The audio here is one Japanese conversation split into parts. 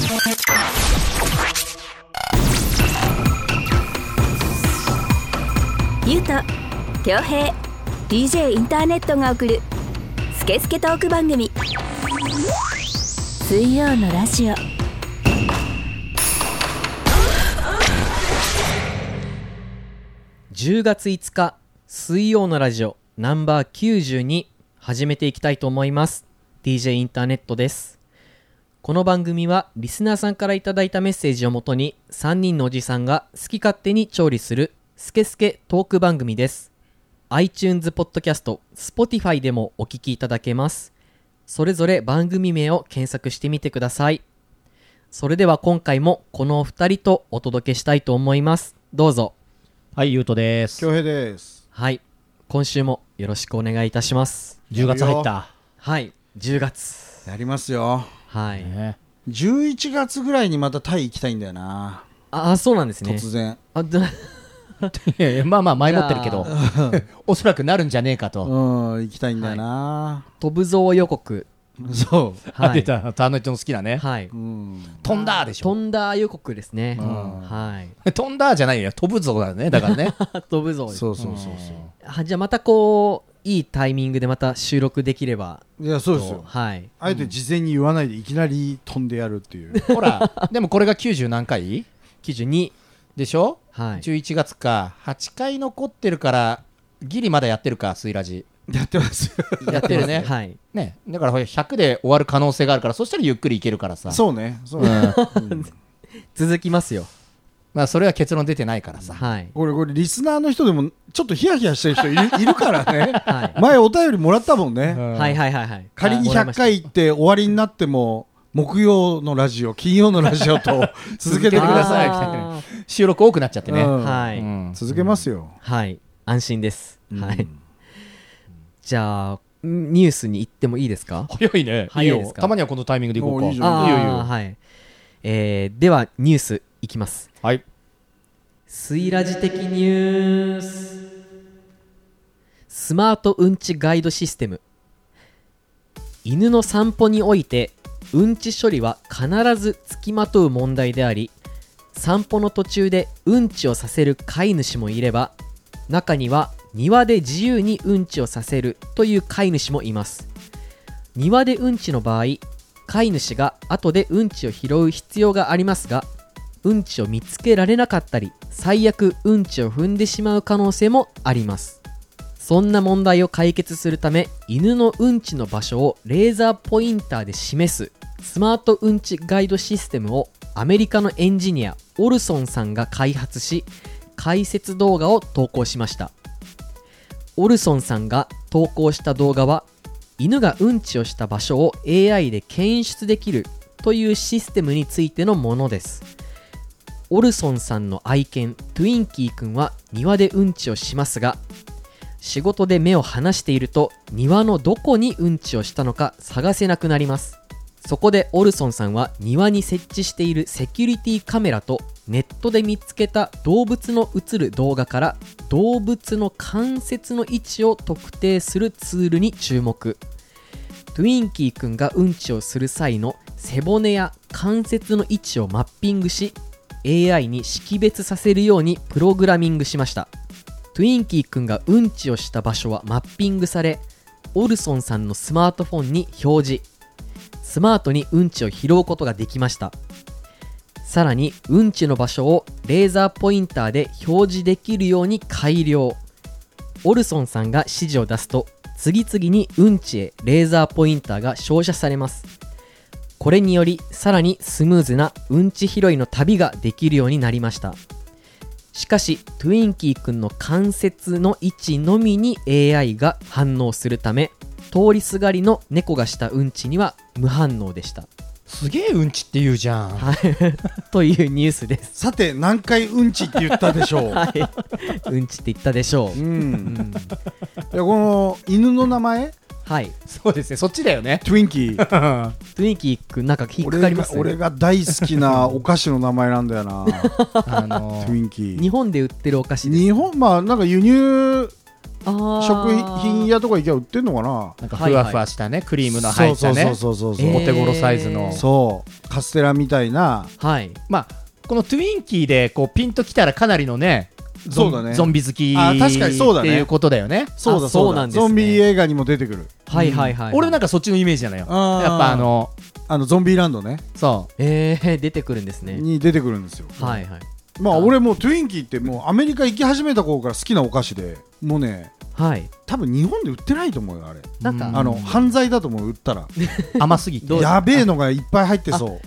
ゆうと恭平 DJ インターネットが送るスケスケトーク番組、水曜のラジオ。 10月5日水曜のラジオナンバー92始めていきたいと思います。 DJ インターネットです。この番組はリスナーさんからいただいたメッセージをもとに3人のおじさんが好き勝手に調理するスケスケトーク番組です。 iTunes ポッドキャスト Spotify でもお聞きいただけます。それぞれ番組名を検索してみてください。それでは今回もこのお二人とお届けしたいと思います。どうぞ。 はい、ゆうとです。 恭平です。 はい、今週もよろしくお願いいたします。 10月入った。 はい、10月やりますよ。 はい、 11月ぐらいにまたタイ行きたいんだよな。 あ、そうなんですね。 突然いやいや、まあまあ前もってるけどおそらくなるんじゃねえかと。 行きたいんだよな、 飛ぶぞ予告。 そう、 はい、 出た。ターネットの好きなね、 はい、 飛んだでしょ。 飛んだ予告ですね、はい、 飛んだじゃないよ、飛ぶぞだね。だからね飛ぶぞ。 そうそう。 じゃあまたこういいタイミングでまた収録できれば。 いや、そうですよ。 はい、 あえて事前に言わないでいきなり飛んでやるっていうほら、でもこれが90何回 92 でしょ、 はい、 11月か。8回残ってるからギリまだやってるか、スイラジやってますやってるねはい、 ね。だから100で終わる可能性があるから、そしたらゆっくりいけるからさ。 そうね、 続きますよ。 まあそれは結論出てないからさ、 はい、 これリスナーの人でもちょっとヒヤヒヤしてる人いるからねはい、 前お便りもらったもんね、 はいはいはいはい。 仮に100回行って終わりになっても木曜のラジオ金曜のラジオと続けてくださいみたいな。 収録多くなっちゃってね、 はい、 続けますよ。 はい、安心です、はい。じゃあニュースに行ってもいいですか？ 早いね。 早いですか？ たまにはこのタイミングでいこうか。 いいじゃん。 いいよいいよ。 はい、ではニュースいきます。 はい。 スイラジ的ニュース。スマートうんちガイドシステム。犬の散歩においてうんち処理は必ずつきまとう問題であり、散歩の途中でうんちをさせる飼い主もいれば、中には庭で自由にうんちをさせるという飼い主もいます。庭でうんちの場合、飼い主が後でうんちを拾う必要がありますが、うんちを見つけられなかったり、最悪うんちを踏んでしまう可能性もあります。そんな問題を解決するため、犬のうんちの場所をレーザーポインターで示すスマートうんちガイドシステムをアメリカのエンジニアオルソンさんが開発し、解説動画を投稿しました。オルソンさんが投稿した動画は、犬がうんちをした場所を AI で検出できるというシステムについてのものです。オルソンさんの愛犬トゥインキーくんは庭でうんちをしますが、仕事で目を離していると庭のどこにうんちをしたのか探せなくなります。そこでオルソンさんは庭に設置しているセキュリティカメラとネットで見つけた動物の映る動画から動物の関節の位置を特定するツールに注目。トゥインキーくんがうんちをする際の背骨や関節の位置をマッピングし、AI に識別させるようにプログラミングしました。トゥインキーくんがうんちをした場所はマッピングされ、オルソンさんのスマートフォンに表示。スマートにうんちを拾うことができました。さらにうんちの場所をレーザーポインターで表示できるように改良。オルソンさんが指示を出すと、次々にうんちへレーザーポインターが照射されます。これによりさらにスムーズなうんち拾いの旅ができるようになりました。しかしトゥインキーくんの関節の位置のみに AI が反応するため、通りすがりの猫がしたうんちには無反応でした。 すげえうんちって言うじゃん、 はい、というニュースです。 さて何回うんちって言ったでしょうはい、うんちって言ったでしょう。 いや、この犬の名前はい、 そうですね、そっちだよね。 トゥインキートゥインキーくんなんか引っかかりますね。 俺が大好きなお菓子の名前なんだよなトゥインキー。 日本で売ってるお菓子です。 日本、まあなんか輸入食品屋とか行けば売ってんのかな。 なんかふわふわしたね、クリームの入ったね、 そうお手頃サイズの、 そうカステラみたいな。 はい。 まあこのトゥインキーでこうピンときたらかなりのね、 そうだね、 ゾンビ好き確かにそうだねっていうことだよね。 そうだそうなんですね。 ゾンビ映画にも出てくる。 はいはいはい。 俺なんかそっちのイメージなのよ。やっぱゾンビランドね、 そう出てくるんですね。 に出てくるんですよ。 はいはい。 まあ俺もうトゥインキーってもうアメリカ行き始めた頃から好きなお菓子で、もうねはい。 多分日本で売ってないと思うよあれ。 なんか犯罪だと思う、売ったら甘すぎてやべえのがいっぱい入ってそう。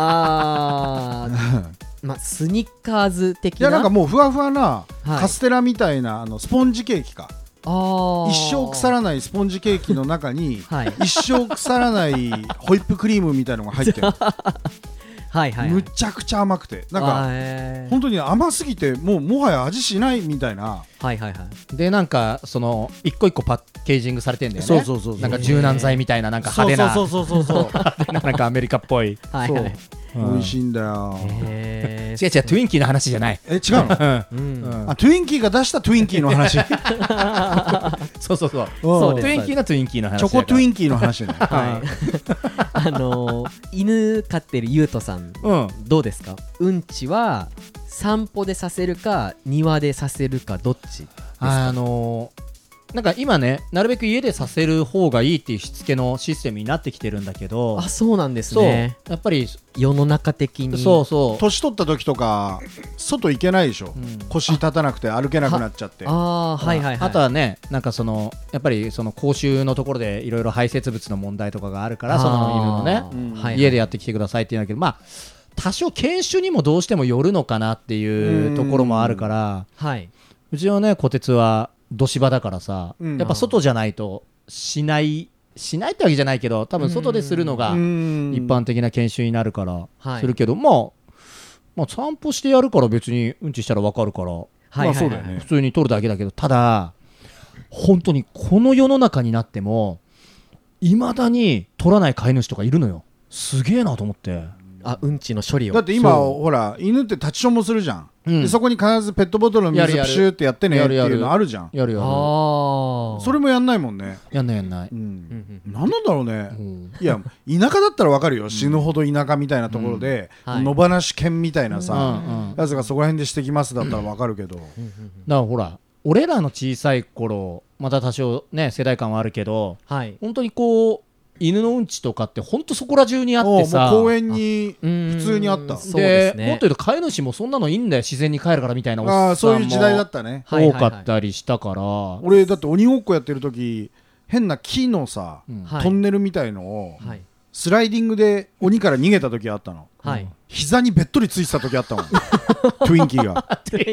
まあスニッカーズ的な。 いやなんかもうふわふわなはいカステラみたいなスポンジケーキか、一生腐らないスポンジケーキの中にはい一生腐らないホイップクリームみたいのが入ってる。 はいはいはい。 むちゃくちゃ甘くて、なんかか本当に甘すぎてもはや味しないみたいな。 はいはいはい。 でなんかその一個一個パッケージングされてんだよね。 そうそうそうそう、 なんか柔軟剤みたいな、なんか派手な、 そう派手ななんかアメリカっぽい。 はいはい。 美味しいんだよ。 違う違う、トゥインキーの話じゃない。 違うの？ うん。 トゥインキーが出したトゥインキーの話。 そうそうそう。 そうです。 トゥインキーのトゥインキーの話。 チョコトゥインキーの話ね。 はい。犬飼ってるゆうとさん、どうですか？うんちは散歩でさせるか庭でさせるかどっちですか？ なんか今ね、なるべく家でさせる方がいいっていうしつけのシステムになってきてるんだけど、 あ、そうなんですね。 やっぱり世の中的に。 そうそう。 年取った時とか外行けないでしょ、腰立たなくて歩けなくなっちゃって。 はいはいはい。 あとはね、なんかやっぱりその公衆のところでいろいろ排泄物の問題とかがあるから、その犬のね、家でやってきてくださいって言うんだけど、まあ多少犬種にもどうしてもよるのかなっていうところもあるから、うちのねこてつは土芝だからさ、やっぱ外じゃないとしないってわけじゃないけど、多分外でするのが一般的な研修になるからするけど、まあ散歩してやるから別にうんちしたら分かるから、まあそうだよね、普通に取るだけだけど、ただ本当にこの世の中になってもいまだに取らない飼い主とかいるのよ。すげえなと思って。 うんちの処理を。 だって今ほら犬って立ちションもするじゃん、でそこに必ずペットボトルの水プシューってやってねっていうのあるじゃん。 やるそれもやんないもんね。 やんない、 何なんだろうね。いや田舎だったらわかるよ、死ぬほど田舎みたいなところで野放し犬みたいなさやつがそこら辺でしてきますだったらわかるけど、だからほら俺らの小さい頃また多少ね世代間はあるけど、本当にこう犬のうんちとかって本当そこら中にあってさ、 公園に普通にあった。 でもっと言うと飼い主もそんなのいいんだよ、自然に帰るからみたいなおっさんもそういう時代だったね。 多かったりしたから、 俺だって鬼ごっこやってる時変な木のさトンネルみたいのをスライディングで鬼から逃げた時あったの。膝にべっとりついてた時あったもん。トゥインキーが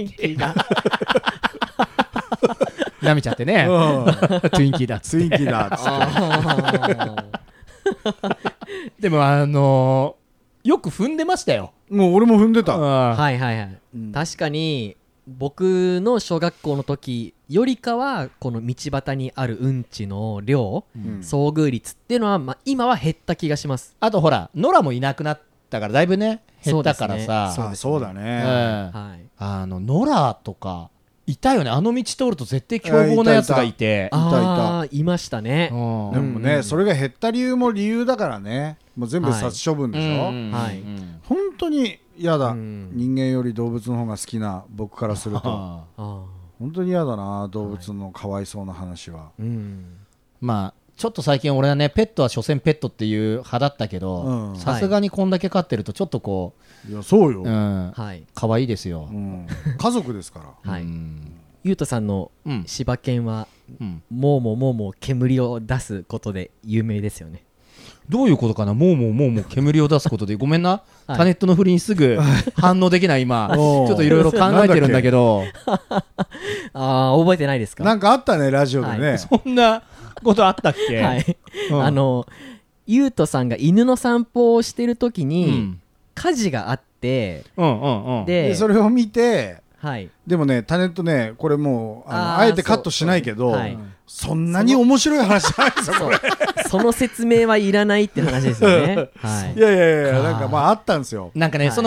舐めちゃってね、トゥインキーだっつって、でもよく踏んでましたよ。 もう俺も踏んでた。 確かに僕の小学校の時よりかはこの道端にあるうんちの量、遭遇率っていうのは今は減った気がします。 あとほら野良もいなくなったからだいぶね減ったからさ。 そうだね。 野良とかいたよね。あの道通ると絶対凶暴なやつがいて、 いましたね。 でもねそれが減った理由も理由だからね、もう全部殺処分でしょ。本当に嫌だ。人間より動物の方が好きな僕からすると本当に嫌だな、動物のかわいそうな話は。 まあちょっと最近俺はねペットは所詮ペットっていう派だったけど、さすがにこんだけ飼ってるとちょっとこう、 いやそうよ、 可愛いですよ。 家族ですから。 ゆうとさんの柴犬はもうもう煙を出すことで有名ですよね。 どういうことかな。もう煙を出すことでごめんな、タネットの振りにすぐ反応できない今ちょっといろいろ考えてるんだけど覚えてないですか。 なんかあったねラジオでね。 そんなことあったっけ。 ゆうとさんが犬の散歩をしてる時に火事があって、 でそれを見て、でもねタネットねこれもうあえてカットしないけど、そんなに面白い話じゃないですよこれ。 その説明はいらないって話ですよね。 いやなんかまああったんですよ。 なんかね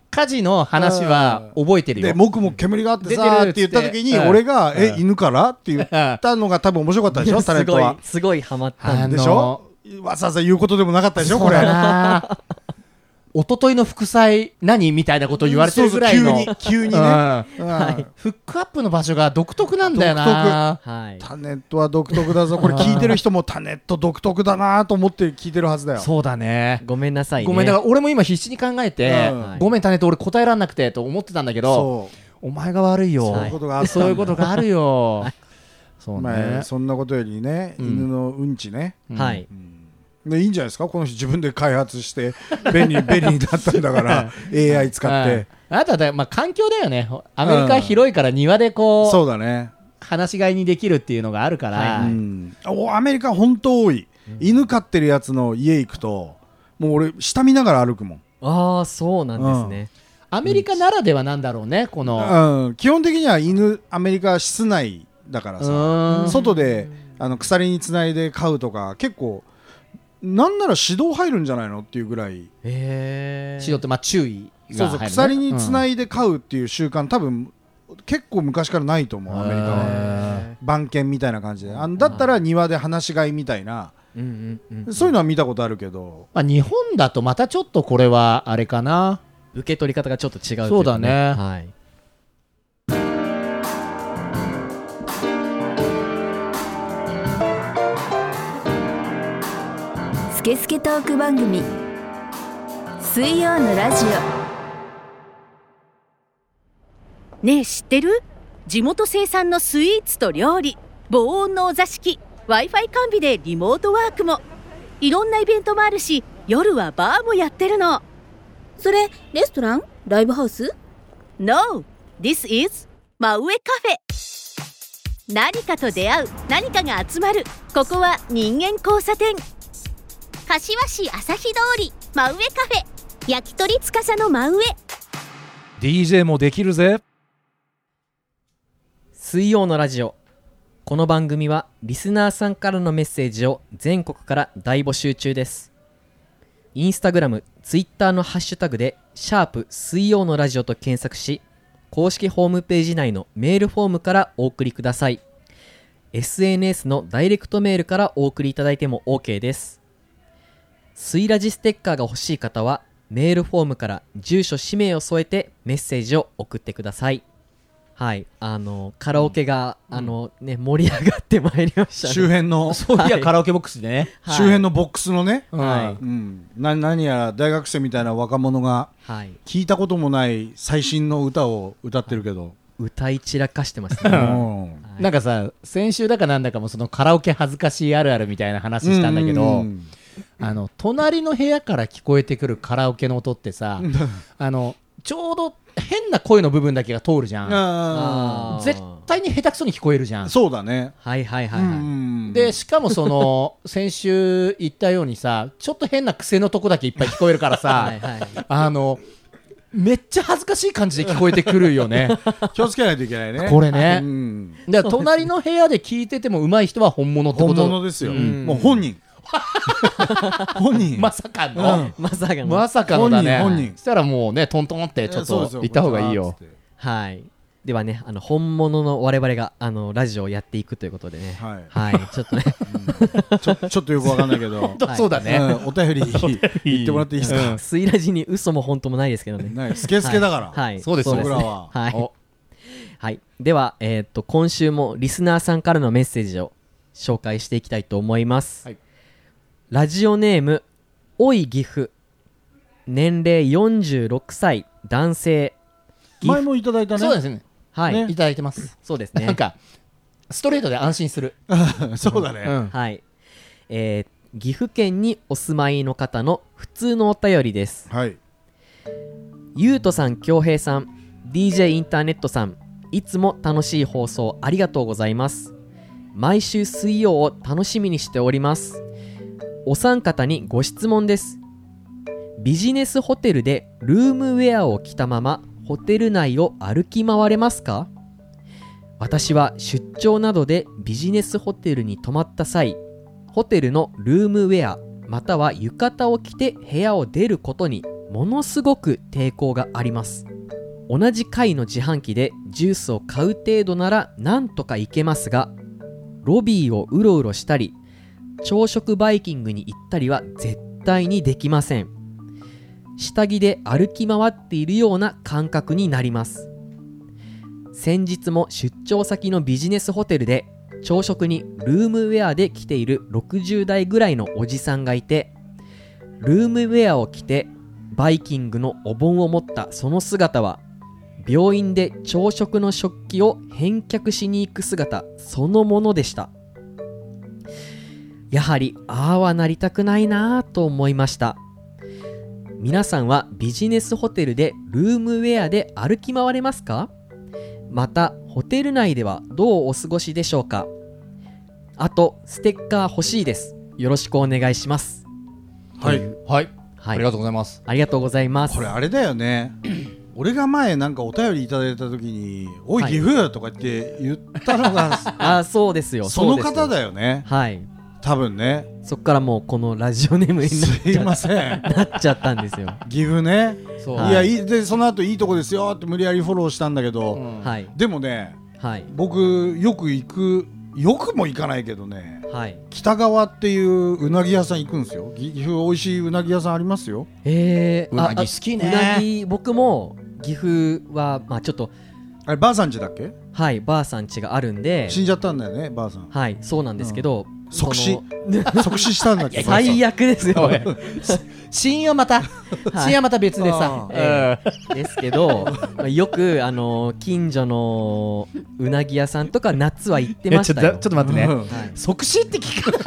火事の話は覚えてるよ。 でもくもく煙があってさーって言った時に俺が犬からって言ったのが多分面白かったでしょタレントは。 すごいハマったんでしょ。わざわざ言うことでもなかったでしょこれ。 一昨日の副菜何みたいなことを言われてるぐらいの急にね、 フックアップの場所が独特なんだよな。 タネットは独特だぞ。これ聞いてる人もタネット独特だなと思って聞いてるはずだよ。 そうだね。 ごめんなさいね。 ごめん、だから俺も今必死に考えて、ごめんタネット俺答えらんなくてと思ってたんだけど、お前が悪いよ。そういうことがあった。そういうことがあるよ。 そうね。そんなことよりね、犬のうんちね。 はい。 いいんじゃないですかこの人自分で開発して便利になったんだからAI 使ってあとは環境だよね。アメリカは広いから庭でこうそうだね放し飼いにできるっていうのがあるから、 アメリカ本当多い、犬飼ってるやつの家行くともう俺下見ながら歩くもん。 ああそうなんですね、 アメリカならではなんだろうねこの、 基本的にはアメリカは室内だからさ外で鎖につないで飼うとか結構なんなら指導入るんじゃないのっていうぐらい、 指導って注意が入る、ね、 鎖につないで飼うっていう習慣、多分結構昔からないと思うアメリカは。番犬みたいな感じでだったら庭で放し飼いみたいな、そういうのは見たことあるけど、 日本だとまたちょっとこれはあれかな、 受け取り方がちょっと違うというか、ね、 そうだね、 はい。 スケスケトーク番組水曜のラジオ。ねえ知ってる？地元生産のスイーツと料理、防音のお座敷、 Wi-Fi 完備でリモートワークも、いろんなイベントもあるし、夜はバーもやってるの。 それレストラン？ライブハウス？ No! This is 真上カフェ。何かと出会う、何かが集まる、ここは人間交差点。柏市朝日通り真上カフェ、焼き鳥司の真上。 DJ もできるぜ。 水曜のラジオ。この番組はリスナーさんからのメッセージを全国から大募集中です。インスタグラム、ツイッターのハッシュタグでシャープ水曜のラジオと検索し、公式ホームページ内のメールフォームからお送りください。 SNS のダイレクトメールからお送りいただいても OK です。水ラジステッカーが欲しい方はメールフォームから住所氏名を添えてメッセージを送ってください。はい、カラオケが、盛り上がってまいりましたね。 周辺のそういやカラオケボックスでね、 周辺のボックスのね、 はい何やら大学生みたいな若者が聞いたこともない最新の歌を歌ってるけど、 歌い散らかしてますね。 なんかさ、先週だかなんだかもそのカラオケ恥ずかしいあるあるみたいな話したんだけど、隣の部屋から聞こえてくるカラオケの音ってさちょうど変な声の部分だけが通るじゃん。絶対に下手くそに聞こえるじゃん。 そうだね。 はいはいはいはい。 でしかもその先週言ったようにさ、ちょっと変な癖のとこだけいっぱい聞こえるからさめっちゃ恥ずかしい感じで聞こえてくるよね。 気をつけないといけないねこれね。だから隣の部屋で聞いてても上手い人は本物ってこと。 本物ですよ。もう本人まさかの、 まさかのだね。 本人そしたらもうねトントンってちょっと言った方がいいよ。 はい。ではね、本物の我々がラジオをやっていくということでね、はい、ちょっとねちょっとよくわかんないけどそうだね、 お便り言ってもらっていいですか。 水ラジに嘘も本当もないですけどね。 スケスケだから。 はい、 そうです僕らは。 はい。では今週もリスナーさんからのメッセージを紹介していきたいと思います。ラジオネームおい岐阜、年齢46歳男性。 前もいただいたね。 そうですね。 はい、 いただいてます。 そうですね。 なんかストレートで安心する。 そうだね。 はい。岐阜県にお住まいの方の普通のお便りです。 はい。 ゆうとさん、恭平さん、DJ インターネットさん、いつも楽しい放送ありがとうございます。毎週水曜を楽しみにしております。お三方にご質問です。ビジネスホテルでルームウェアを着たままホテル内を歩き回れますか？私は出張などでビジネスホテルに泊まった際、ホテルのルームウェアまたは浴衣を着て部屋を出ることにものすごく抵抗があります。同じ階の自販機でジュースを買う程度ならなんとかいけますが、ロビーをうろうろしたり朝食バイキングに行ったりは絶対にできません。下着で歩き回っているような感覚になります。先日も出張先のビジネスホテルで朝食にルームウェアで来ている60代ぐらいのおじさんがいて、ルームウェアを着てバイキングのお盆を持ったその姿は、病院で朝食の食器を返却しに行く姿そのものでした。やはりああはなりたくないなぁと思いました。皆さんはビジネスホテルでルームウェアで歩き回れますか？またホテル内ではどうお過ごしでしょうか？あとステッカー欲しいです。よろしくお願いします。 はい、はい、ありがとうございます。 ありがとうございます。 これあれだよね俺が前なんかお便りいただいた時におい岐阜とかって言ったのがあ、そうですよ。 その方だよね。 はい、 多分ね。 そっからもうこのラジオネームにすいませんなっちゃったんですよ。 岐阜ね。 そう、 いや、でその後いいとこですよって無理やりフォローしたんだけど、 はい、 でもね、 はい、 僕よく行く、よくも行かないけどね、 はい、 北川っていううなぎ屋さん行くんですよ。岐阜美味しいうなぎ屋さんありますよ。 うなぎ好きね。 うなぎ僕も岐阜はまあちょっとあればあさん家だっけ？ はい、ばあさん家があるんで死んじゃったんだよね、ばあさん。 はい、そうなんですけど、 即死即死したんだっけ？ 最悪ですよ死因はまた死因はまた別でさ、 ですけどよく近所のうなぎ屋さんとか夏は行ってましたよ。 ちょっと待ってね、 即死って聞く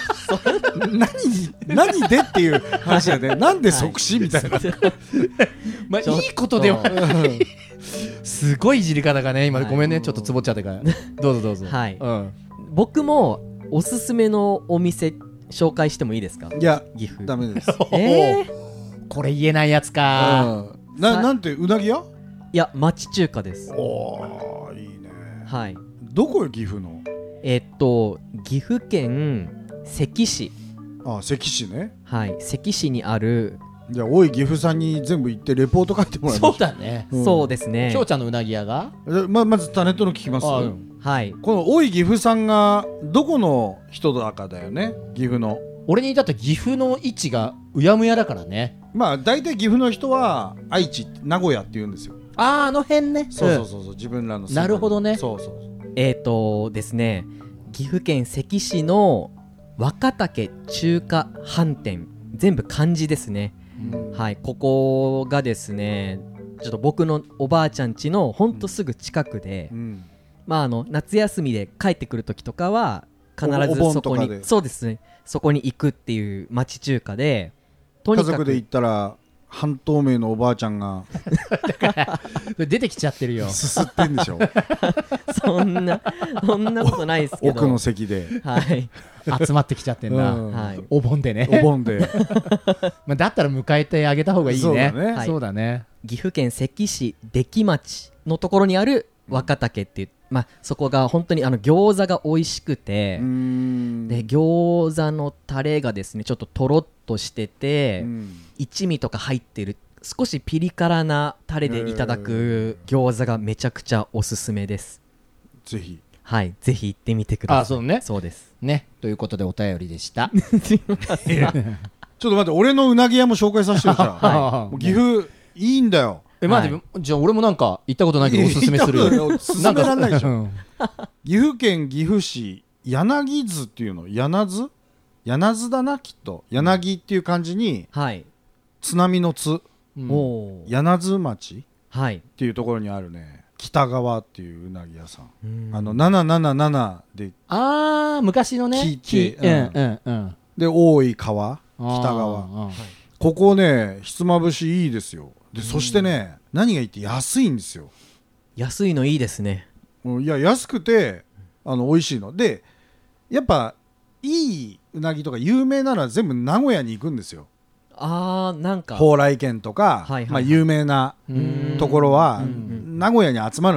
何でっていう話だよね。なんで即死みたいなまあいいことではすごいいじり方がね今、ごめんねちょっとつぼっちゃってからどうぞどうぞ。 はい、僕もおすすめのお店紹介してもいいですか？ いや岐阜ダメですこれ言えないやつか。 なんてうなぎ屋？ いや町中華です。 おーいいね。 はい、 どこよ岐阜の？ 岐阜県関市。 あ、関市ね。 はい、関市にある。 じゃあおい岐阜さんに全部行ってレポート書いてもらいましょう。 そうだね、 そうですね。 きょうちゃんのうなぎ屋がまずタネットの聞きます。 はい、 このおい岐阜さんがどこの人だかだよね。岐阜の俺に至って岐阜の位置がうやむやだからね。 まあ大体岐阜の人は愛知名古屋って言うんですよ。 あの辺ね。 そう自分らの。 なるほどね。 そうですね、岐阜県関市の若竹中華飯店、全部漢字ですね。はい、ここがですねちょっと僕のおばあちゃん家のほんとすぐ近くで、まあ夏休みで帰ってくる時とかは必ずそこに、そうですね、そこに行くっていう町中華で、とにかく家族で行ったら半透明のおばあちゃんが出てきちゃってるよ。 すすってんでしょそんなことないですけど、 奥の席で、 はい、 集まってきちゃってんな、はい、お盆でね。 お盆でまあだったら迎えてあげた方がいいね。 そうだね、 はい、 そうだね。 岐阜県関市出来町のところにある若竹っていう、まあ、そこが本当に餃子が美味しくて、で餃子のタレがですねちょっととろっとしてて、一味とか入ってる少しピリ辛なタレでいただく餃子がめちゃくちゃおすすめです。 ぜひ、 はい、ぜひ行ってみてください。 あ、そうね。 そうですね。ということでお便りでした。 ちょっと待って、俺のうなぎ屋も紹介させてよじゃあ、岐阜いいんだよ。 まあじゃあ俺もなんか行ったことないけどおすすめするよ。 すすめらんないでしょ岐阜県岐阜市柳津っていうの、柳津だな、きっと柳っていう漢字に、はい、津波の津、柳津町、はい、っていうところにあるね北川っていううなぎ屋さん、777で昔のね聞いて、で大井川北川、ここねひつまぶしいいですよ。でそしてね、何がいいって安いんですよ。 安いのいいですね。 いや安くて美味しいので、やっぱいいうなぎとか有名なら全部名古屋に行くんですよ。 なんか蓬莱軒とか、有名なところは名古屋に集まるんですよ。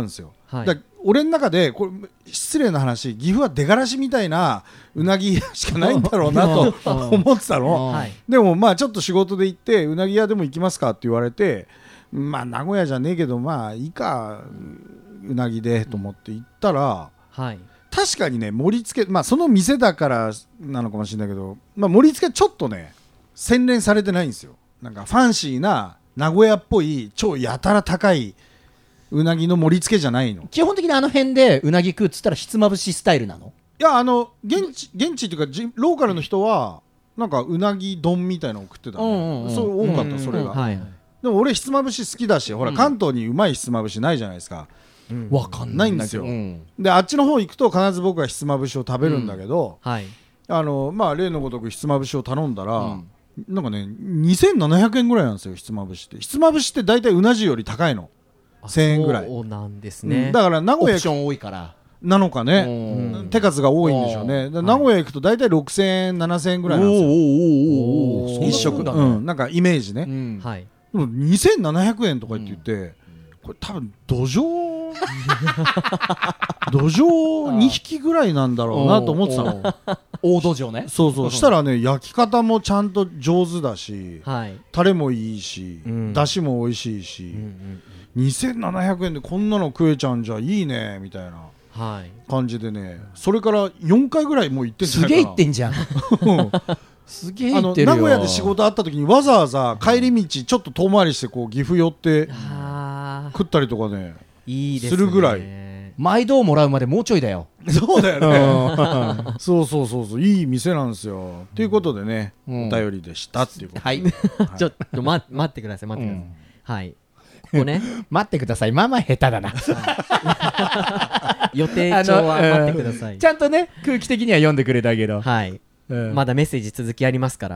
はい、 だ俺の中でこれ失礼な話、岐阜は出がらしみたいなうなぎ屋しかないんだろうなと思ってたの、はい、でもまあちょっと仕事で行ってうなぎ屋でも行きますかって言われて、まあ名古屋じゃねえけどまあいいかうなぎでと思って行ったら、 はい、 確かにね盛り付け、まあその店だからなのかもしれないけど、まあ、盛り付けちょっとね洗練されてないんですよ。なんかファンシーな名古屋っぽい超やたら高いうなぎの盛り付けじゃないの。 基本的にあの辺でうなぎ食うっつったらひつまぶしスタイルなの？ いや現地っていうかローカルの人はなんかうなぎ丼みたいなのを食ってたね、そう多かった、それが、はい、でも俺ひつまぶし好きだし、ほら関東にうまいひつまぶしないじゃないですか、 わかんないんですよ、であっちの方行くと必ず僕はひつまぶしを食べるんだけど、はい、まあ例のごとくひつまぶしを頼んだら、なんかね2700円ぐらいなんですよ。ひつまぶしって大体うな重より高いの、1000円ぐらい。 そうなんですね、 だから名古屋オプション多いからなのかね、手数が多いんでしょうね。名古屋行くと大体6000円7000円ぐらいなんですよ、一食、なんかイメージね、はい、でも2700円とか言って言って、これ多分土壌2匹ぐらいなんだろうなと思ってたの。 大土壌ね。 そうそう、したらね焼き方もちゃんと上手だし、はい、タレもいいし、だしも美味しいし、2700円でこんなの食えちゃうんじゃいいねみたいな感じでね、それから4回ぐらいもう行ってんじゃないかな。 すげえ行ってんじゃんすげえ行ってるよ。 名古屋で仕事あった時にわざわざ帰り道ちょっと遠回りしてこう岐阜寄って食ったりとかね、 いいですね、 するぐらい。 毎度もらうまでもうちょいだよ。 そうだよねそういい店なんですよ、ということでね、お便りでしたっていうこと、 はいちょっと待ってください、はいここね待ってください、まあまあ下手だな予定調は待ってください。 ちゃんとね空気的には読んでくれたけど、 はい、まだメッセージ続きありますから、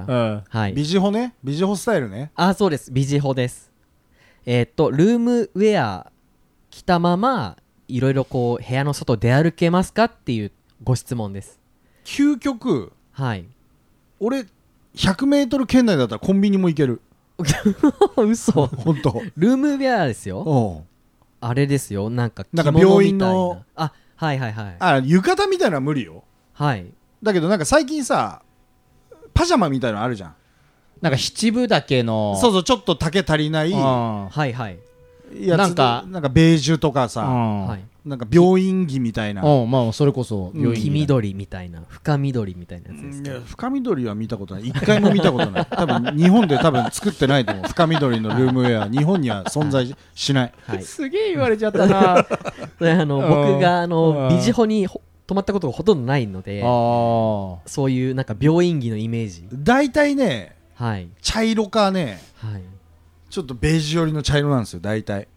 はい、ビジホね、ビジホスタイルね。 あ、そうです、ビジホです。ルームウェア着たままいろいろこう部屋の外出歩けますかっていうご質問です。 究極、 はい、 俺100メートル圏内だったらコンビニも行ける嘘本当。 ルームウェアですよ。あれですよ、なんか病院の、 あ、はいはいはい、 浴衣みたいなのは無理よ。 はい。 だけどなんか最近さパジャマみたいなのあるじゃん。 なんか七分丈の、 そうそう、ちょっと丈足りない、 はいはい、 やつ、なんかベージュとかさ、なんか病院着みたいな、 まあそれこそ病院着、黄緑みたいな、深緑みたいなやつですか。 いや深緑は見たことない、一回も見たことない多分日本で作ってないと思う深緑のルームウェア日本には存在しない、 はい、すげえ言われちゃったな僕がビジホに泊まったことがほとんどないので、そういうなんか病院着のイメージ大体ね、 はい、 茶色かね、 はい、 ちょっとベージュ寄りの茶色なんですよ大体。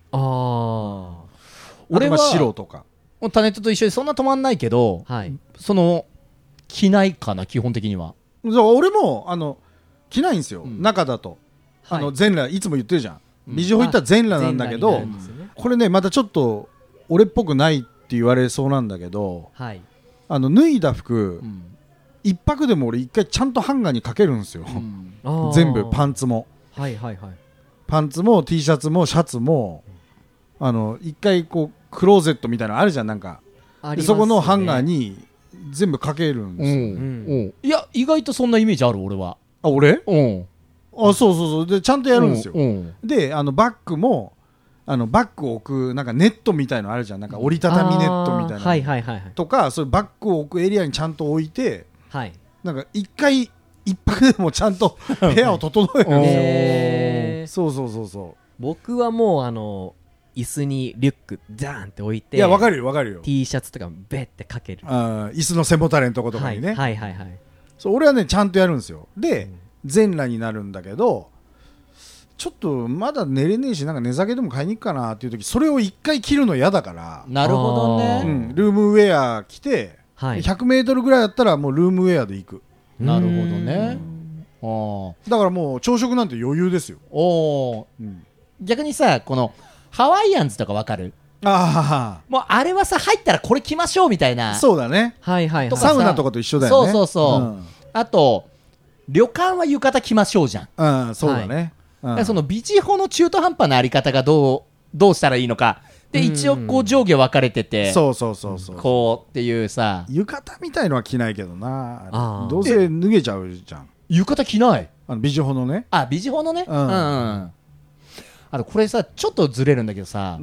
俺は白とかタネットと一緒でそんな止まんないけど、はい、その着ないかな基本的には。 俺も着ないんですよ、中だと、全裸いつも言ってるじゃん、ビジホ行ったら全裸なんだけど、これねまたちょっと俺っぽくないって言われそうなんだけど、はい、脱いだ服、一泊でも俺一回ちゃんとハンガーにかけるんですよ、全部パンツも、はいはいはい、パンツも T シャツもシャツも一回こうクローゼットみたいなのあるじゃん、なんかでそこのハンガーに全部かけるんですよ、 いや意外とそんなイメージある俺は。 あ、俺？そうそうでちゃんとやるんですよ、でバッグもバッグを置くなんかネットみたいのあるじゃん、なんか折りたたみネットみたいな、はいはいはい、とかそういうバッグを置くエリアにちゃんと置いて、はい、なんか一泊でもちゃんと部屋を整えるんですよそう僕はもう椅子にリュックザーンって置いて、 いやわかるよ T シャツとかベッてかける、 椅子の背もたれのとことかにね、 はいはいはい、 そう俺はねちゃんとやるんですよ。で、全裸になるんだけどちょっとまだ寝れねえしなんか寝酒でも買いに行くかなっていう時、それを一回着るの嫌だから。 なるほどね、 ルームウェア着て、100メートルぐらいだったらもうルームウェアで行く。 なるほどね。 だからもう朝食なんて余裕ですよ。 逆にさ、このハワイアンズとかわかる？もうあれはさ、入ったらこれ着ましょうみたいな。 そうだね、 はいはいはい、 サウナとかと一緒だよね。 そう、あと旅館は浴衣着ましょうじゃん。 そうだね、 そのビジホの中途半端なあり方がどうしたらいいのかで一応こう上下分かれてて、 そうそうそうそう、 こうっていうさ、 浴衣みたいのは着ないけどな、どうせ脱げちゃうじゃん。 浴衣着ない？ ビジホのね。 ビジホのね。あとこれさちょっとずれるんだけどさ、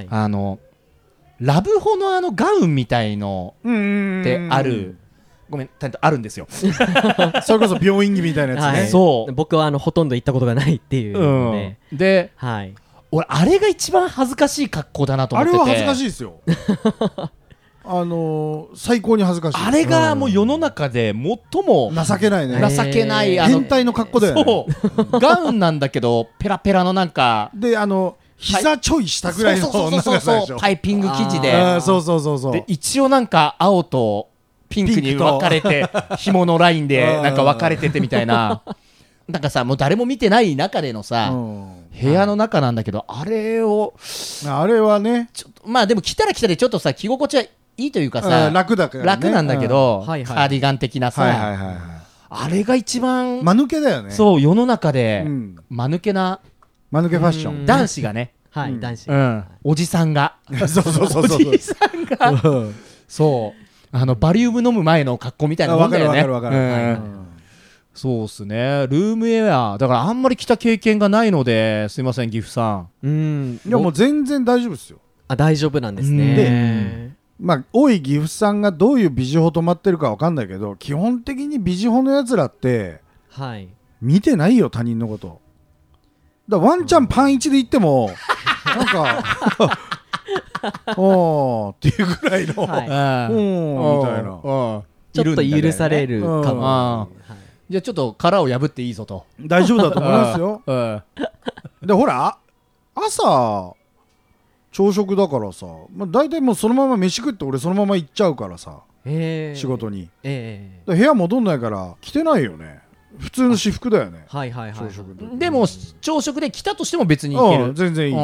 ラブホのガウンみたいのってある。ごめん、あるんですよ。それこそ病院着みたいなやつね。 そう。僕はほとんど行ったことがないっていうので。 で、俺あれが一番恥ずかしい格好だなと思ってて。 あれは恥ずかしいですよ。最高に恥ずかしい。 あれがもう世の中で最も情けないね。 情けない変態の格好だよね。 そう。ガウンなんだけどペラペラのなんかで膝ちょい下ぐらいの長さでしょ。 パイピング生地で。 そうそうそうそう。 で一応なんか青とピンクに分かれて紐のラインでなんか分かれててみたいな。なんかさもう誰も見てない中でのさ部屋の中なんだけど、あれはねちょっとまあでも着たら着たでちょっとさ着心地はいいというかさ楽だからね、 楽なんだけど、カーディガン的なさ、あれが一番間抜けだよね。 そう世の中で間抜けファッション、男子がね、 男子、 おじさんがそうそうそうそう、おじさんがそうバリウム飲む前の格好みたいなもんだよね。 わかる。 そうっすね。ルームウェアだからあんまり着た経験がないのですいません岐阜さん。 いやもう全然大丈夫ですよ。 大丈夫なんですね。 まあ多い岐阜さんがどういうビジホ泊まってるかわかんないけど、基本的にビジホのやつらって見てないよ他人のこと。だワンチャンパン1で行ってもなんかおーっていうぐらいのみたいなちょっと許されるかも。 じゃあちょっと殻を破っていいぞと。 大丈夫だと思いますよ。でほら朝朝食だからさ、大体もうそのまま飯食って俺そのまま行っちゃうからさ、仕事に、部屋戻んないから着てないよね。普通の私服だよね。朝食でも朝食で着たとしても別にいける。 全然いい。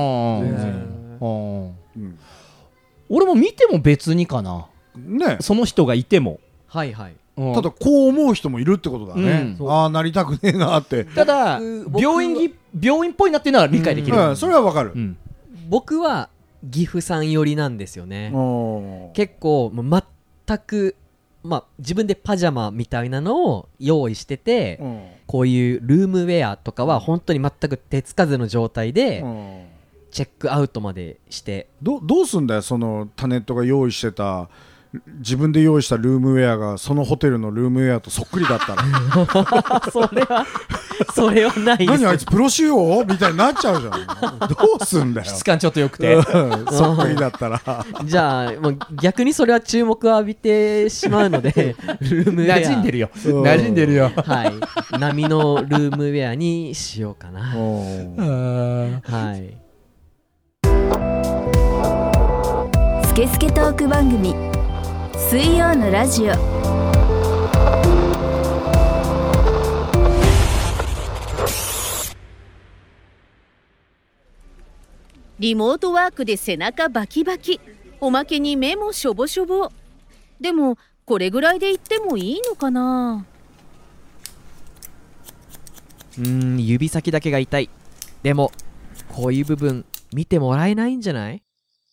俺も見ても別にかなね、 その人がいても。 ただこう思う人もいるってことだね。なりたくねえなって。 ただ病院っぽいなっていうのは理解できる。 それはわかる。 僕は岐阜さん寄りなんですよね。結構全く自分でパジャマみたいなのを用意してて、こういうルームウェアとかは本当に全く手つかずの状態でチェックアウトまでして。 どうすんだよそのタネットが用意してた自分で用意したルームウェアがそのホテルのルームウェアとそっくりだったらそれはないです。 何あいつプロ仕様みたいになっちゃうじゃん。どうすんだよ質感ちょっとよくてそっくりだったらじゃあもう逆にそれは注目を浴びてしまうのでルームウェア馴染んでるよ馴染んでるよ。 波のルームウェアにしようかな。 スケスケトーク番組水曜のラジオ。 リモートワークで背中バキバキ、おまけに目もしょぼしょぼ。でもこれぐらいで言ってもいいのかな。 指先だけが痛い。でもこういう部分見てもらえないんじゃない？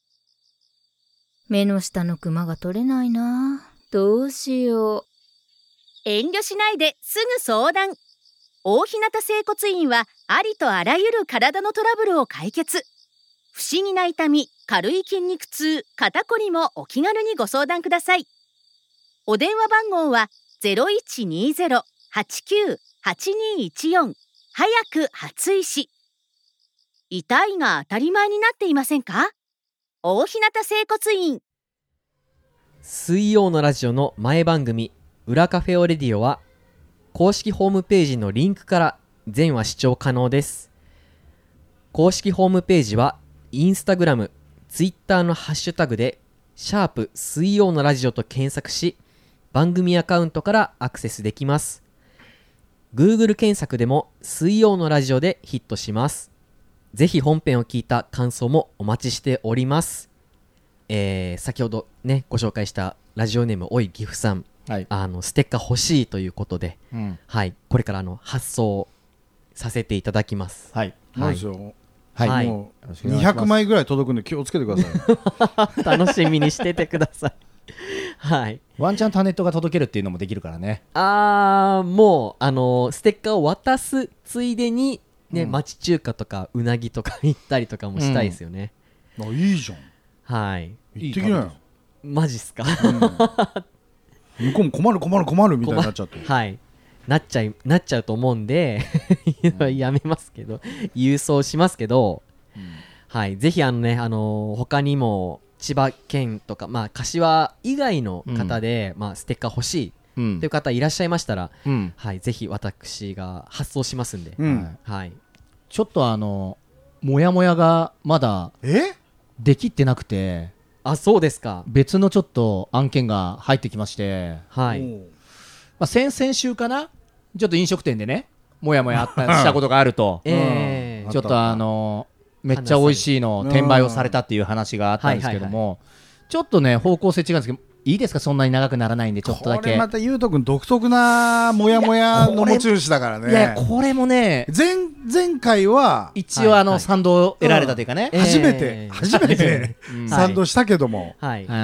目の下のクマが取れないな。どうしよう。 遠慮しないですぐ相談。大日向整骨院はありとあらゆる体のトラブルを解決。不思議な痛み、軽い筋肉痛、肩こりもお気軽にご相談ください。お電話番号は 0120-89-8214 早く初医師。痛いが当たり前になっていませんか？大日向整骨院。 水曜のラジオの前番組裏カフェオレディオは公式ホームページのリンクから全話視聴可能です。公式ホームページはインスタグラム、ツイッターのハッシュタグでシャープ水曜のラジオと検索し、番組アカウントからアクセスできます。 Google 検索でも水曜のラジオでヒットします。ぜひ本編を聞いた感想もお待ちしております。先ほどねご紹介したラジオネームおい岐阜さん、ステッカー欲しいということで、これから発送させていただきます。 なんですよはい、 もう200枚ぐらい届くんで気をつけてください楽しみにしててくださいはい、 ワンチャンタネットが届けるっていうのもできるからね。 もうステッカーを渡すついでにね、町中華とかうなぎとか行ったりとかもしたいですよね、 いいじゃん。 はい、 行ってきなよ。 マジっすか、 向こうも困るみたいになっちゃってはいなっちゃうと思うんでやめますけど、郵送しますけど、はい、ぜひ他にも千葉県とか、柏以外の方で、ステッカー欲しいという方いらっしゃいましたら、はい、ぜひ私が発送しますんで、はい、 ちょっともやもやがまだできってなくて、 そうですか。 別のちょっと案件が入ってきまして、 はい、 先々週かな、ちょっと飲食店でねもやもやしたことがあると、ちょっとめっちゃ美味しいの転売をされたっていう話があったんですけども、ちょっとね方向性違うんですけど、いいですか、そんなに長くならないんでちょっとだけ。 これまたゆうとくん独特なモヤモヤの持ち主だからね。 いやこれもね、 前回は一応賛同を得られたというかね、 初めて賛同したけども、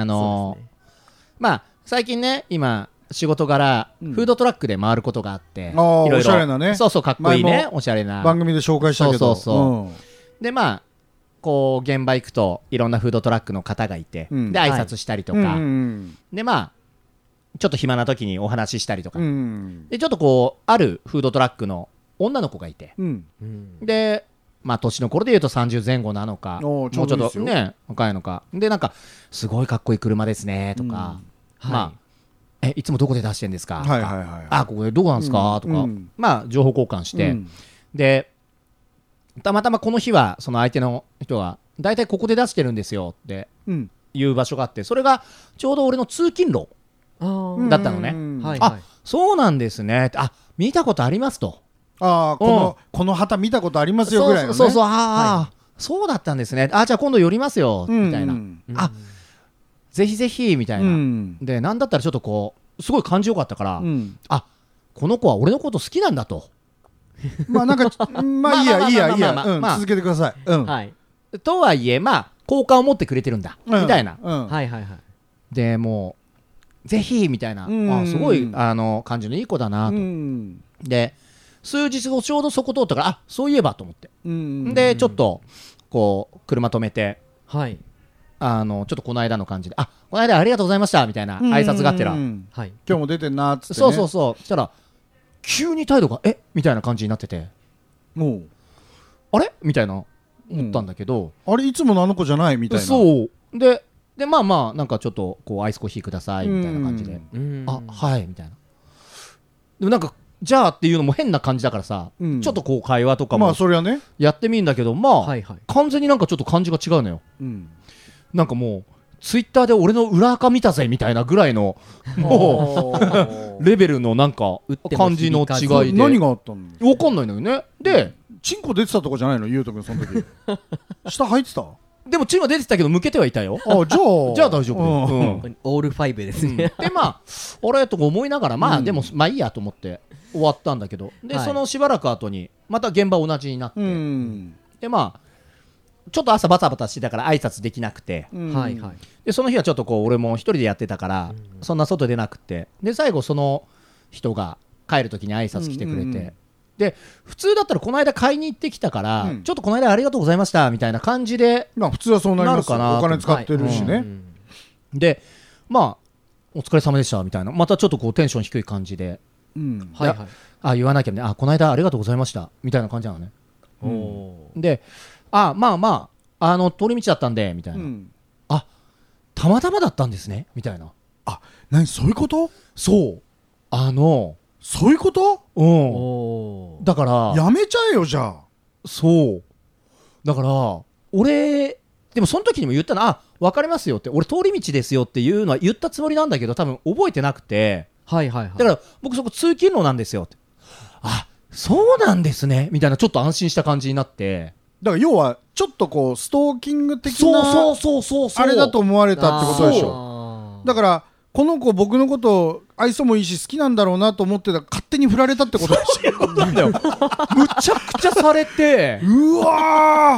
最近ね今仕事柄フードトラックで回ることがあって、いろいろおしゃれなね、 そうかっこいいね、おしゃれな番組で紹介したけど、 でこう現場行くといろんなフードトラックの方がいて、で挨拶したりとか、でちょっと暇な時にお話ししたりとか、でちょっとこうあるフードトラックの女の子がいて、で年の頃でいうと30前後なのか、もうちょっとね若いのかで、なんかすごいかっこいい車ですねとか、いつもどこで出してんですかとか、ここでどこなんですかとか、情報交換して、でたまたまこの日はその相手の人は大体ここで出してるんですよっていう場所があって、それがちょうど俺の通勤路だったのね。そうなんですね、見たことありますと、 この旗見たことありますよぐらいのね、 そうだったんですね、じゃあ今度寄りますよみたいな、ぜひぜひみたいな、でなんだったらちょっとこうすごい感じよかったから、この子は俺のこと好きなんだと、 なんかいいや続けてください。 とはいえ好感を持ってくれてるんだみたいな、でもうぜひみたいな、すごい感じのいい子だなと、で数日後ちょうどそこ通ったからそういえばと思って、でちょっとこう車止めて、ちょっとこの間の感じでこの間ありがとうございましたみたいな挨拶があってら、今日も出てんなっつってね、 そしたら急に態度がみたいな感じになってて、あれみたいな思ったんだけど、 あれいつものあの子じゃないみたいな、 そうでなんかちょっとこうアイスコーヒーくださいみたいな感じで、はいみたいな、でもなんかじゃあっていうのも変な感じだからさ、ちょっとこう会話とかもそれはねやってみるんだけど、完全になんかちょっと感じが違うのよ、なんかもうツイッターで俺の裏垢見たぜみたいなぐらいのもうレベルのなんか感じの違いで、 何があったの分かんないのよね。でチンコ出てたとこじゃないのゆうとくんその時下入ってた？ でもチンコ出てたけど向けてはいたよ。じゃあ大丈夫、 オール5ですね、 であれとか思いながらでもいいやと思って終わったんだけど、でそのしばらく後にまた現場同じになって、でちょっと朝バタバタしてたから挨拶できなくて、でその日はちょっとこう俺も一人でやってたから、そんな外出なくて、で最後その人が帰る時に挨拶来てくれて、で普通だったらこの間買いに行ってきたから、ちょっとこの間ありがとうございましたみたいな感じで、 普通はそうなりますよ、お金使ってるしね、 でお疲れ様でしたみたいな、またちょっとこうテンション低い感じで、言わなきゃね、この間ありがとうございましたみたいな感じなのね、で通り道だったんでみたいな、たまたまだったんですねみたいな、 何そういうこと？ そうそういうこと？ だからやめちゃえよじゃあ。 そうだから俺でもその時にも言ったな、分かりますよって、俺通り道ですよっていうのは言ったつもりなんだけど多分覚えてなくて、だから僕そこ通勤路なんですよって、そうなんですねみたいな、ちょっと安心した感じになって、 だから要はちょっとこうストーキング的なあれだと思われたってことでしょ。だからこの子僕のこと愛想もいいし好きなんだろうなと思ってたら勝手に振られたってことでしょ。 なんだよむちゃくちゃされてうわ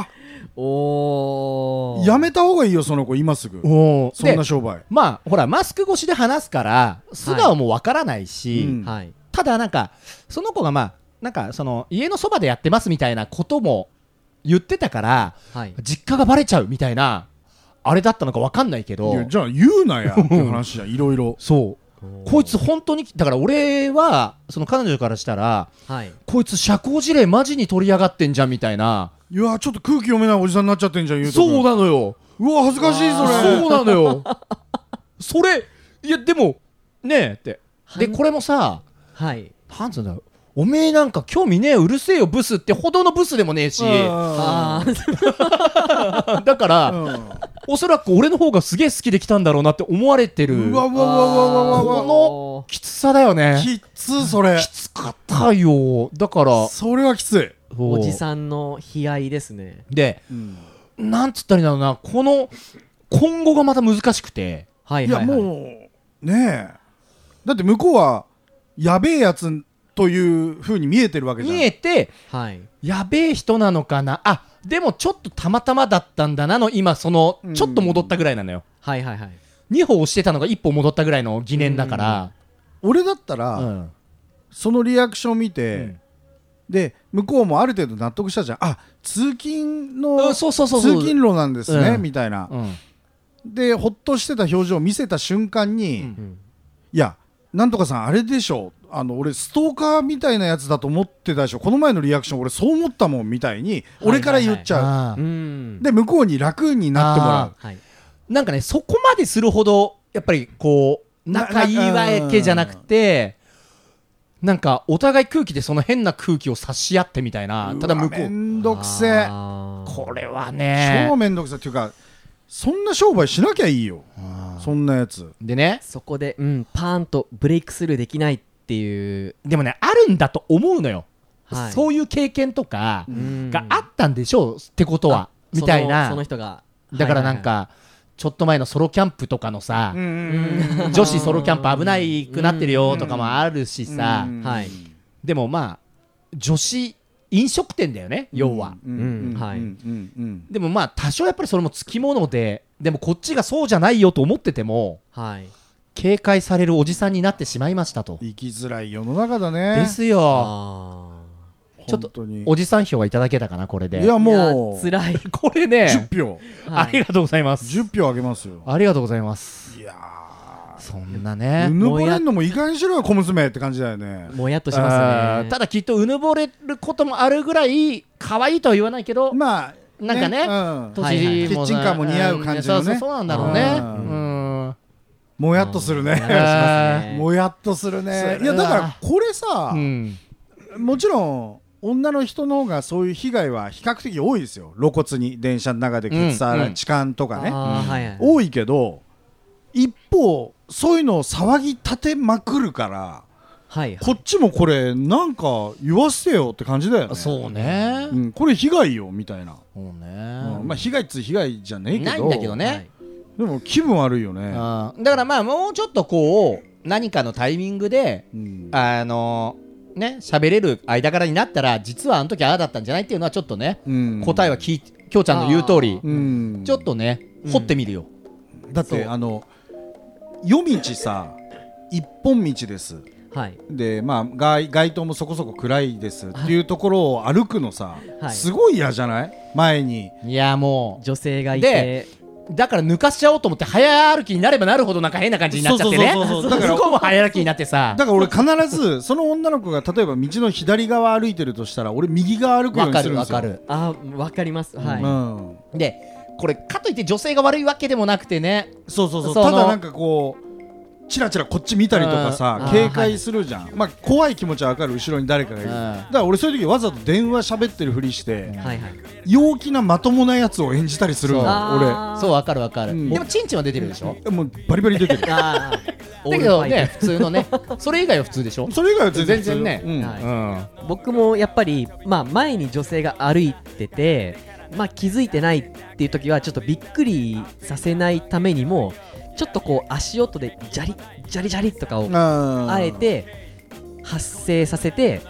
おやめた方がいいよその子今すぐ。そんな商売。 まあほらマスク越しで話すから素顔もわからないし、 はい、 ただなんかその子がまあなんかその家のそばでやってますみたいなことも言ってたから、はい、実家がバレちゃうみたいなあれだったのかわかんないけど、 じゃあ言うなやって話じゃんいろいろ。 そうこいつ本当にだから俺はその彼女からしたら、はい、こいつ社交辞令マジに取り上がってんじゃんみたいな。 いやちょっと空気読めないおじさんになっちゃってんじゃん。ゆうとくんそうなのよ。 うわ恥ずかしいそれ。 そうなのよそれいやでもねえってでこれもさ、はい、なんつうんだろう、おめえなんか興味ねえうるせえよブスってほどのブスでもねえしだから、おそらく俺の方がすげえ好きで来たんだろうなって思われてる。このきつさだよね。 きつそれ。 きつかったよ。だからそれはきつい。 おじさんの悲哀ですね。 で、なんつったらいいんだろうな、この今後がまた難しくて、 いやもうねえだって向こうはやべえやつという風に見えてるわけじゃん。 見えて、はい、やべえ人なのかな、あでもちょっとたまたまだったんだなの今そのちょっと戻ったぐらいなのよ。はいはいはい。2歩押してたのが1歩戻ったぐらいの疑念だから、 俺だったら、そのリアクションを見て、で向こうもある程度納得したじゃん。あ通勤の通勤路なんですね、みたいな、でほっとしてた表情を見せた瞬間に、いやなんとかさんあれでしょ、俺ストーカーみたいなやつだと思ってたでしょ、この前のリアクション俺そう思ったもんみたいに俺から言っちゃう、で向こうに楽になってもらう、 なんかねそこまでするほどやっぱりこう仲いいわけじゃなくて、なんかお互い空気でその変な空気を察し合ってみたいな。ただ向こうめんどくせえ、 これはね超めんどくせえっていうかそんな商売しなきゃいいよ、そんなやつでね。 そこで、パーンとブレイクスルーできないっていう。 でもねあるんだと思うのよ、そういう経験とかがあったんでしょうってことはみたいな。 その人がだからなんか、ちょっと前のソロキャンプとかのさ、女子ソロキャンプ危ないくなってるよとかもあるしさ、でもまあ女子飲食店だよね要は。でもまあ多少やっぱりそれもつきもので、でもこっちがそうじゃないよと思ってても、警戒されるおじさんになってしまいましたと。 生きづらい世の中だね。 ですよ。ちょっとおじさん票はいただけたかなこれで。 いやもう辛いこれね 10票、 ありがとうございます。 10票あげますよ。 ありがとうございます。 いやそんなねうぬぼれんのもいい加減にしろよ小娘って感じだよね。 もやっとしますね。 ただきっとうぬぼれることもあるぐらい可愛いとは言わないけど、 まあなんかね、 年キッチンカーも似合う感じのね。 そうなんだろうね。 もやっとするね。もやっとするね。いやだからこれさ、もちろん女の人の方がそういう被害は比較的多いですよ。露骨に電車の中でケツ触られ痴漢とかね、多いけど、一方そういうのを騒ぎ立てまくるから、こっちもこれなんか言わせてよって感じだよね。 そうね、 これ被害よみたいな。 そうね、 まあ被害っつ被害じゃねえけど、 ないんだけどね、 でも気分悪いよね。 だからまあもうちょっとこう何かのタイミングで、ね、喋れる間柄になったら、実はあの時ああだったんじゃないっていうのはちょっとね、答えはきょうちゃんの言う通り、ちょっとね、掘ってみるよ。 だって夜道さ一本道です、でまあ街灯もそこそこ暗いですっていうところを歩くのさ、すごい嫌じゃない？前にいやもう女性がいて、 だから抜かしちゃおうと思って早歩きになればなるほどなんか変な感じになっちゃってね。だからそこも早歩きになってさ、 だから俺必ずその女の子が例えば道の左側歩いてるとしたら俺右側歩くようにするんですよ。 わかります。 でこれかといって女性が悪いわけでもなくてね、 ただなんかこうチラチラこっち見たりとかさ、警戒するじゃん。まあ怖い気持ちは分かる、後ろに誰かがいる。だから俺そういう時わざと電話喋ってるふりして陽気なまともなやつを演じたりするの俺。 そう分かる分かる。でもチンチンは出てるでしょ。 もうバリバリ出てる。 だけどね普通のね、それ以外は普通でしょ。 それ以外は全然ね。 僕もやっぱり前に女性が歩いてて、気づいてないっていう時はちょっとびっくりさせないためにも、ちょっとこう足音でジャリジャリジャリとかをあえて発生させて、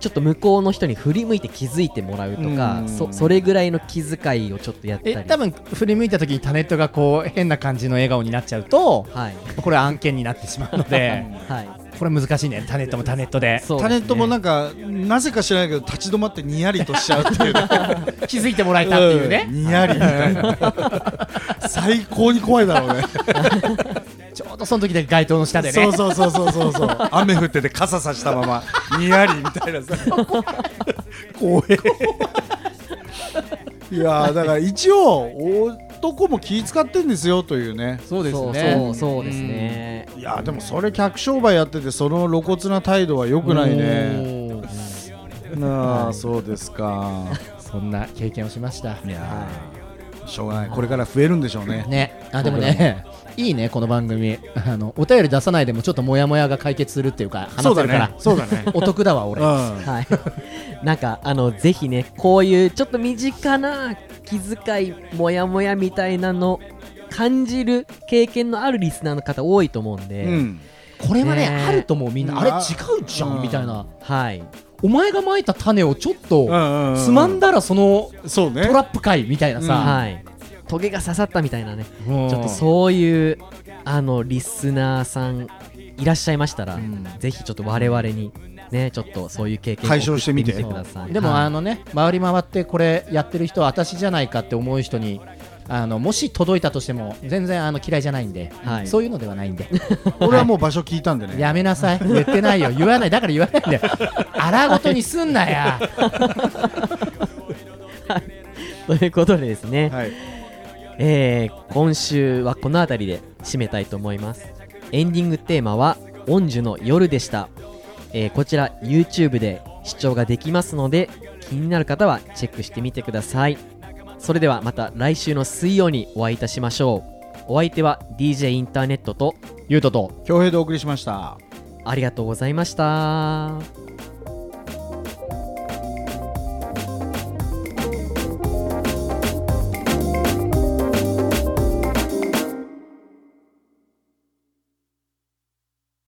ちょっと向こうの人に振り向いて気づいてもらうとか、それぐらいの気遣いをちょっとやったり。 多分振り向いた時にタネットがこう変な感じの笑顔になっちゃうと、 はい、 これは案件になってしまうので、 はい、 これ難しいね。タネットもタネットで、 タネットもなんかなぜか知らないけど立ち止まってニヤリとしちゃうっていう、ね、 気づいてもらえたっていうね、 ニヤリみたいな最高に怖いだろうねちょうどその時で街灯の下でね、 そう雨降ってて傘さしたままニヤリみたいなさ怖えいやだから一応男も気使ってんですよというね。 そうですね、 そうですね。 いやでもそれ客商売やっててその露骨な態度は良くないね。なあ、そうですか。 そんな経験をしました。 いやしょうがない、これから増えるんでしょうね。 でもね、いいねこの番組、お便り出さないでもちょっとモヤモヤが解決するっていうか話せるから、 そうだねお得だわ俺、 はい、なんかぜひねこういうちょっと身近な気遣いモヤモヤみたいなの感じる経験のあるリスナーの方多いと思うんで、 これはねあると思う。みんなあれ違うじゃんみたいな、はい、お前がまいた種をちょっとつまんだらそのトラップかいみたいなさ、 はい、トゲが刺さったみたいなね、ちょっとそういうリスナーさんいらっしゃいましたら、ぜひちょっと我々にねちょっとそういう経験を解消してみてください。 でも回り回ってこれやってる人は私じゃないかって思う人にもし届いたとしても全然嫌いじゃないんで、そういうのではないんで俺はもう場所聞いたんでね、 やめなさい、言ってないよ、言わない、だから言わないんだよ荒ごとにすんなやということでですね、今週はこの辺りで締めたいと思います。エンディングテーマはオンジュの夜でした。こちら YouTube で視聴ができますので気になる方はチェックしてみてください。それではまた来週の水曜にお会いいたしましょう。お相手は DJ インターネットとゆうとと恭平でお送りしました。 ありがとうございました。